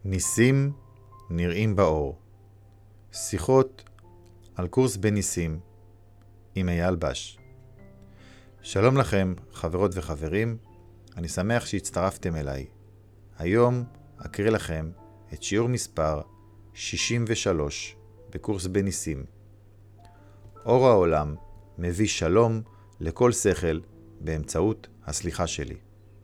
ניסים נראים באור. שיחות על קורס בניסים עם אייל בש. שלום לכם, חברות וחברים, אני שמח שהצטרפתם אליי. היום אקריא לכם את שיעור מספר 63 בקורס בניסים. אור העולם מביא שלום לכל שכל באמצעות הסליחה שלי.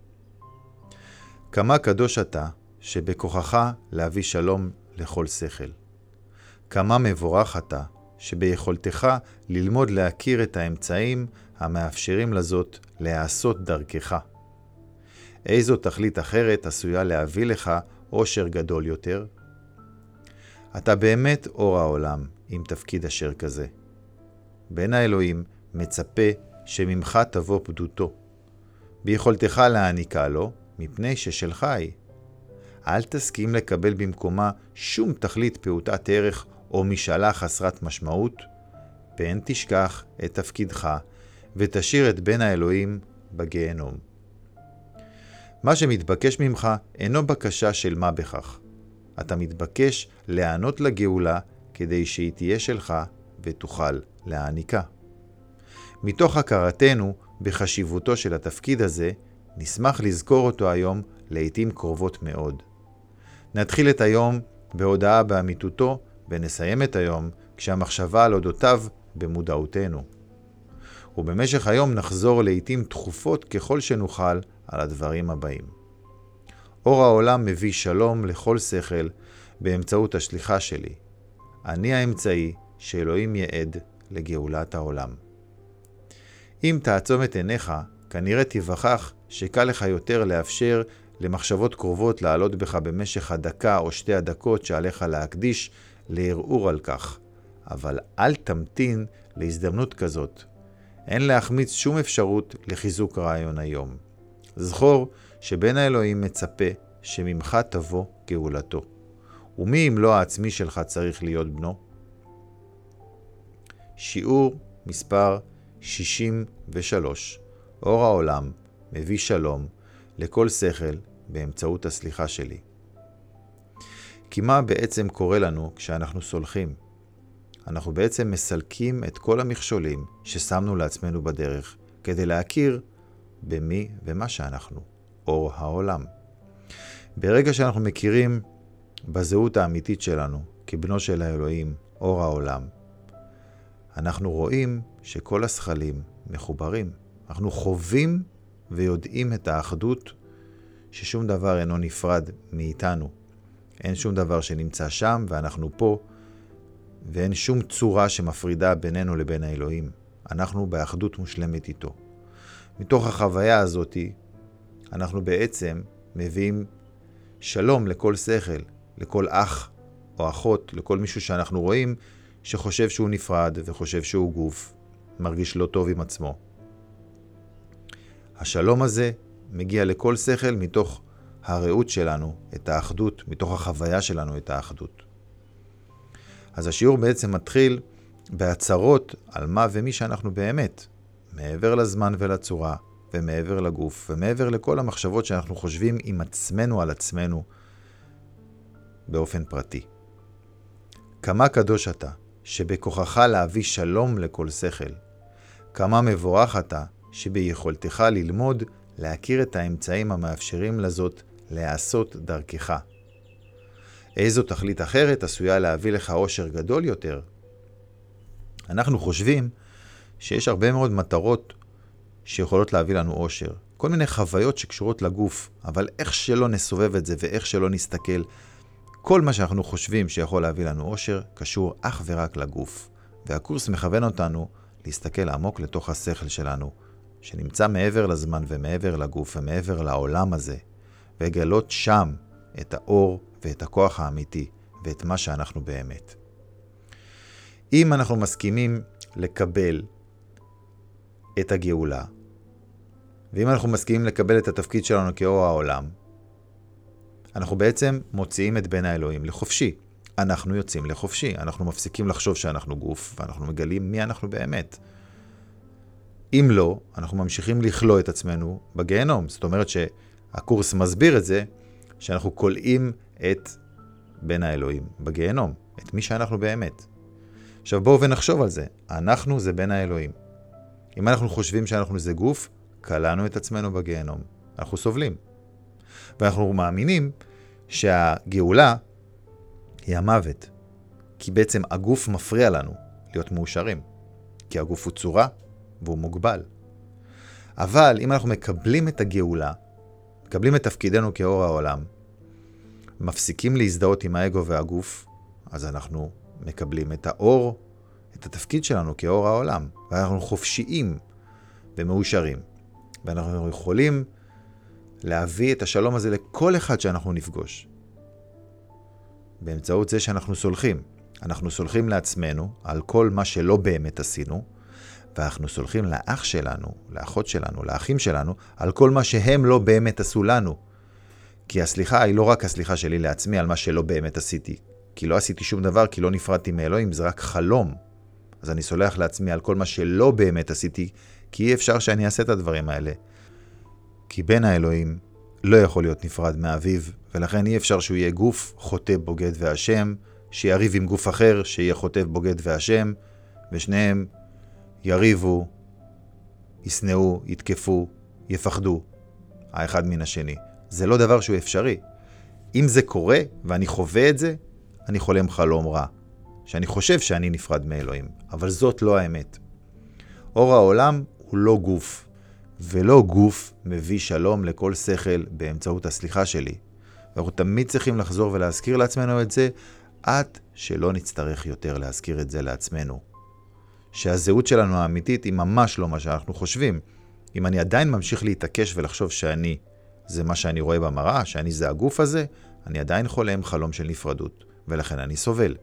כמה קדוש אתה שבכוחך להביא שלום לכל שכל. כמה מבורך אתה שביכולתך ללמוד להכיר את האמצעים המאפשרים לזאת להעשות דרכך. איזו תכלית אחרת עשויה להביא לך אושר גדול יותר? אתה באמת אור העולם עם תפקיד אשר כזה. בן האלוהים מצפה שממך תבוא פדותו. ביכולתך להעניקה לו מפני ששלך היא. אל תסכים לקבל במקומה שום תכלית פעוטת ערך או משאלה חסרת משמעות, פן תשכח את תפקידך ותשאיר את בן האלוהים בגיהנום. מה שמתבקש ממך אינו בקשה של מה בכך. אתה מתבקש לענות לגאולה כדי שהיא תהיה שלך ותוכל להעניקה. מתוך הכרתנו בחשיבותו של התפקיד הזה, נשמח לזכור אותו היום לעתים קרובות מאוד. נתחיל את היום בהודעה באמיתותו, ונסיים את היום כשהמחשבה על אודותיו במודעותנו. ובמשך היום נחזור לעתים תכופות ככל שנוכל על הדברים הבאים. אור העולם מביא שלום לכל שכל באמצעות השליחה שלי. אני האמצעי שאלוהים יעד לגאולת העולם. אם תעצום את עיניך, כנראה תיווכח שקל לך יותר לאפשר למחשבות קרובות לעלות בך במשך הדקה או 2 הדקות שעליך להקדיש לערעור על כך. אבל אל תמתין להזדמנות כזאת. אין להחמיץ שום אפשרות לחיזוק רעיון היום. זכור שבן האלוהים מצפה שממך תבוא גאולתו. ומי אם לא העצמי שלך צריך להיות בנו? שיעור מספר 63. אור העולם מביא שלום לכל שכל באמצעות הסליחה שלי. כי מה בעצם קורה לנו כשאנחנו סולחים? אנחנו בעצם מסלקים את כל המכשולים ששמנו לעצמנו בדרך כדי להכיר במי ומה שאנחנו, אור העולם. ברגע שאנחנו מכירים בזהות האמיתית שלנו כבנו של האלוהים, אור העולם, אנחנו רואים שכל השכלים מחוברים. אנחנו חווים ויודעים את האחדות ששום דבר אינו נפרד מאיתנו. אין שום דבר שנמצא שם ואנחנו פה, ואין שום צורה שמפרידה בינינו לבין האלוהים. אנחנו באחדות מושלמת איתו. מתוך החוויה הזאת, אנחנו בעצם מביאים שלום לכל שכל, לכל אח או אחות, לכל מישהו שאנחנו רואים שחושב שהוא נפרד וחושב שהוא גוף, מרגיש לא טוב עם עצמו. השלום הזה מגיע לכל שכל מתוך הרעות שלנו, את האחדות, מתוך החוויה שלנו את האחדות. אז השיעור בעצם מתחיל בהצהרות על מה ומי שאנחנו באמת, מעבר לזמן ולצורה, ומעבר לגוף, ומעבר לכל המחשבות שאנחנו חושבים עם עצמנו על עצמנו באופן פרטי. כמה קדוש אתה שבכוחך להביא שלום לכל שכל. כמה מבורך אתה שביכולתך ללמוד להכיר את האמצעים המאפשרים לזאת לעשות דרכך. איזו תכלית אחרת עשויה להביא לך אושר גדול יותר? אנחנו חושבים שיש הרבה מאוד מטרות שיכולות להביא לנו אושר. כל מיני חוויות שקשורות לגוף, אבל איך שלא נסובב את זה ואיך שלא נסתכל, כל מה שאנחנו חושבים שיכול להביא לנו אושר קשור אך ורק לגוף. והקורס מכוון אותנו להסתכל עמוק לתוך השכל שלנו, שנמצא מעבר לזמן ומעבר לגוף ומעבר לעולם הזה, וגלות שם את האור ואת הכוח האמיתי ואת מה שאנחנו באמת. אם אנחנו מסכימים לקבל את הגאולה, ואם אנחנו מסכימים לקבל את התפקיד שלנו כאור העולם, אנחנו בעצם מוציאים את בן האלוהים לחופשי. אנחנו יוצאים לחופשי. אנחנו מפסיקים לחשוב שאנחנו גוף, ואנחנו מגלים מי אנחנו באמת. אם לא, אנחנו ממשיכים לכלוא את עצמנו בגיהנום. זאת אומרת שהקורס מסביר את זה, שאנחנו קולעים את בין האלוהים בגיהנום, את מי שאנחנו באמת. עכשיו בואו ונחשוב על זה, אנחנו זה בין האלוהים. אם אנחנו חושבים שאנחנו זה גוף, קלענו את עצמנו בגיהנום, אנחנו סובלים. ואנחנו מאמינים שהגאולה היא המוות, כי בעצם הגוף מפריע לנו להיות מאושרים, כי הגוף הוא צורה והוא מוגבל. אבל אם אנחנו מקבלים את הגאולה, מקבלים את תפקידנו כאור העולם, מפסיקים להזדהות עם האגו והגוף, אז אנחנו מקבלים את האור, את התפקיד שלנו כאור העולם, ואנחנו חופשיים ומאושרים. ואנחנו יכולים להביא את השלום הזה לכל אחד שאנחנו נפגוש. באמצעות זה שאנחנו סולחים. אנחנו סולחים לעצמנו על כל מה שלא באמת עשינו, ואנחנו סולחים לאח שלנו, לאחות שלנו, לאחים שלנו, על כל מה שהם לא באמת עשו לנו. כי הסליחה היא לא רק הסליחה שלי לעצמי על מה שלא באמת עשיתי. כי לא עשיתי שום דבר, כי לא נפרדתי מאלוהים, זה רק חלום. אז אני סולח לעצמי על כל מה שלא באמת עשיתי, כי אי אפשר שאני אעשה את הדברים האלה. כי בן האלוהים לא יכול להיות נפרד מאביו, ולכן אי אפשר שהוא יהיה גוף חוטא בוגד והשם, שיריב עם גוף אחר שיהיה חוטא בוגד והשם, ושניהם יריבו, יסנאו, יתקפו, יפחדו, האחד מן השני. זה לא דבר שהוא אפשרי. אם זה קורה ואני חווה את זה, אני חולם חלום רע, שאני חושב שאני נפרד מאלוהים, אבל זאת לא האמת. אור העולם הוא לא גוף, ולא גוף מביא שלום לכל שכל באמצעות הסליחה שלי. ואנחנו תמיד צריכים לחזור ולהזכיר לעצמנו את זה, עד שלא נצטרך יותר להזכיר את זה לעצמנו. שהזהות שלנו האמיתית היא ממש לא מה שאנחנו חושבים. אם אני עדיין ממשיך להתעקש ולחשוב שאני זה מה שאני רואה במראה, שאני זה הגוף הזה, אני עדיין חולם חלום של נפרדות, ולכן אני סובל.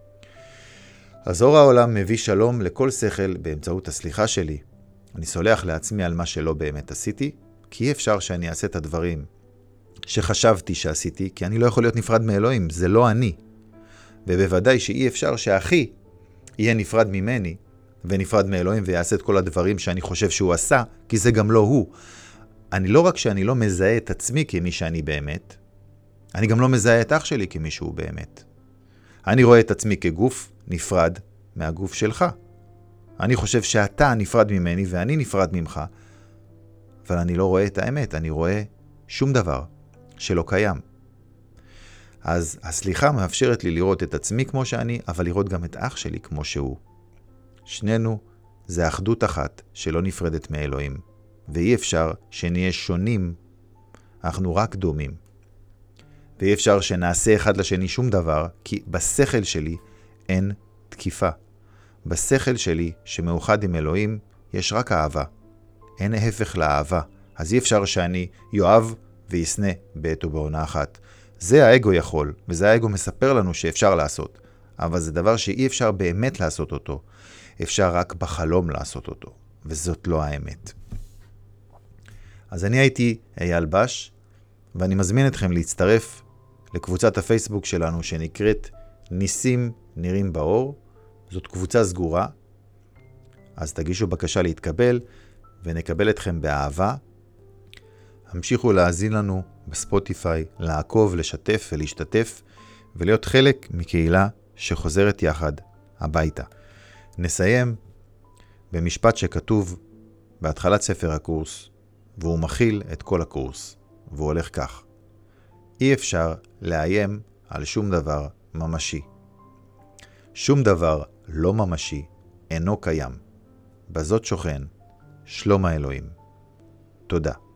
אז אור העולם מביא שלום לכל שכל באמצעות הסליחה שלי. אני סולח לעצמי על מה שלא באמת עשיתי, כי אי אפשר שאני אעשה את הדברים שחשבתי שעשיתי, כי אני לא יכול להיות נפרד מאלוהים, זה לא אני. ובוודאי שאי אפשר שאחי יהיה נפרד ממני, ונפרד מאלוהים ויעשה את כל הדברים שאני חושב שהוא עשה, כי זה גם לא הוא. אני לא רק שאני לא מזהה את עצמי כמי שאני באמת, אני גם לא מזהה את אח שלי כמי שהוא באמת. אני רואה את עצמי כגוף נפרד מהגוף שלך. אני חושב שאתה נפרד ממני ואני נפרד ממך, אבל אני לא רואה את האמת, אני רואה שום דבר שלא קיים. אז הסליחה מאפשרת לי לראות את עצמי כמו שאני, אבל לראות גם את אח שלי כמו שהוא. שנינו זה אחדות אחת שלא נפרדת מאלוהים, ואי אפשר שנהיה שונים, אנחנו רק דומים. ואי אפשר שנעשה אחד לשני שום דבר, כי בשכל שלי אין תקיפה. בשכל שלי שמאוחד עם אלוהים יש רק אהבה. אין ההפך לאהבה. אז אי אפשר שאני יואב ויסנה בעת ובעונה אחת. זה האגו יכול, וזה האגו מספר לנו שאפשר לעשות. אבל זה דבר שאי אפשר באמת לעשות אותו. אפשר רק בחלום לעשות אותו. וזאת לא האמת. אז אני הייתי אייל בש, ואני מזמין אתכם להצטרף לקבוצת הפייסבוק שלנו שנקראת ניסים נראים באור. זאת קבוצה סגורה, אז תגישו בקשה להתקבל ונקבל אתכם באהבה. המשיכו להאזין לנו בספוטיפיי, לעקוב, לשתף ולהשתתף ולהיות חלק מקהילה שחוזרת יחד הביתה. נסיים במשפט שכתוב בהתחלת ספר הקורס, והוא מכיל את כל הקורס, והוא הולך כך: אי אפשר לאיים על שום דבר ממשי. שום דבר לא ממשי אינו קיים. בזאת שוכן שלום האלוהים. תודה.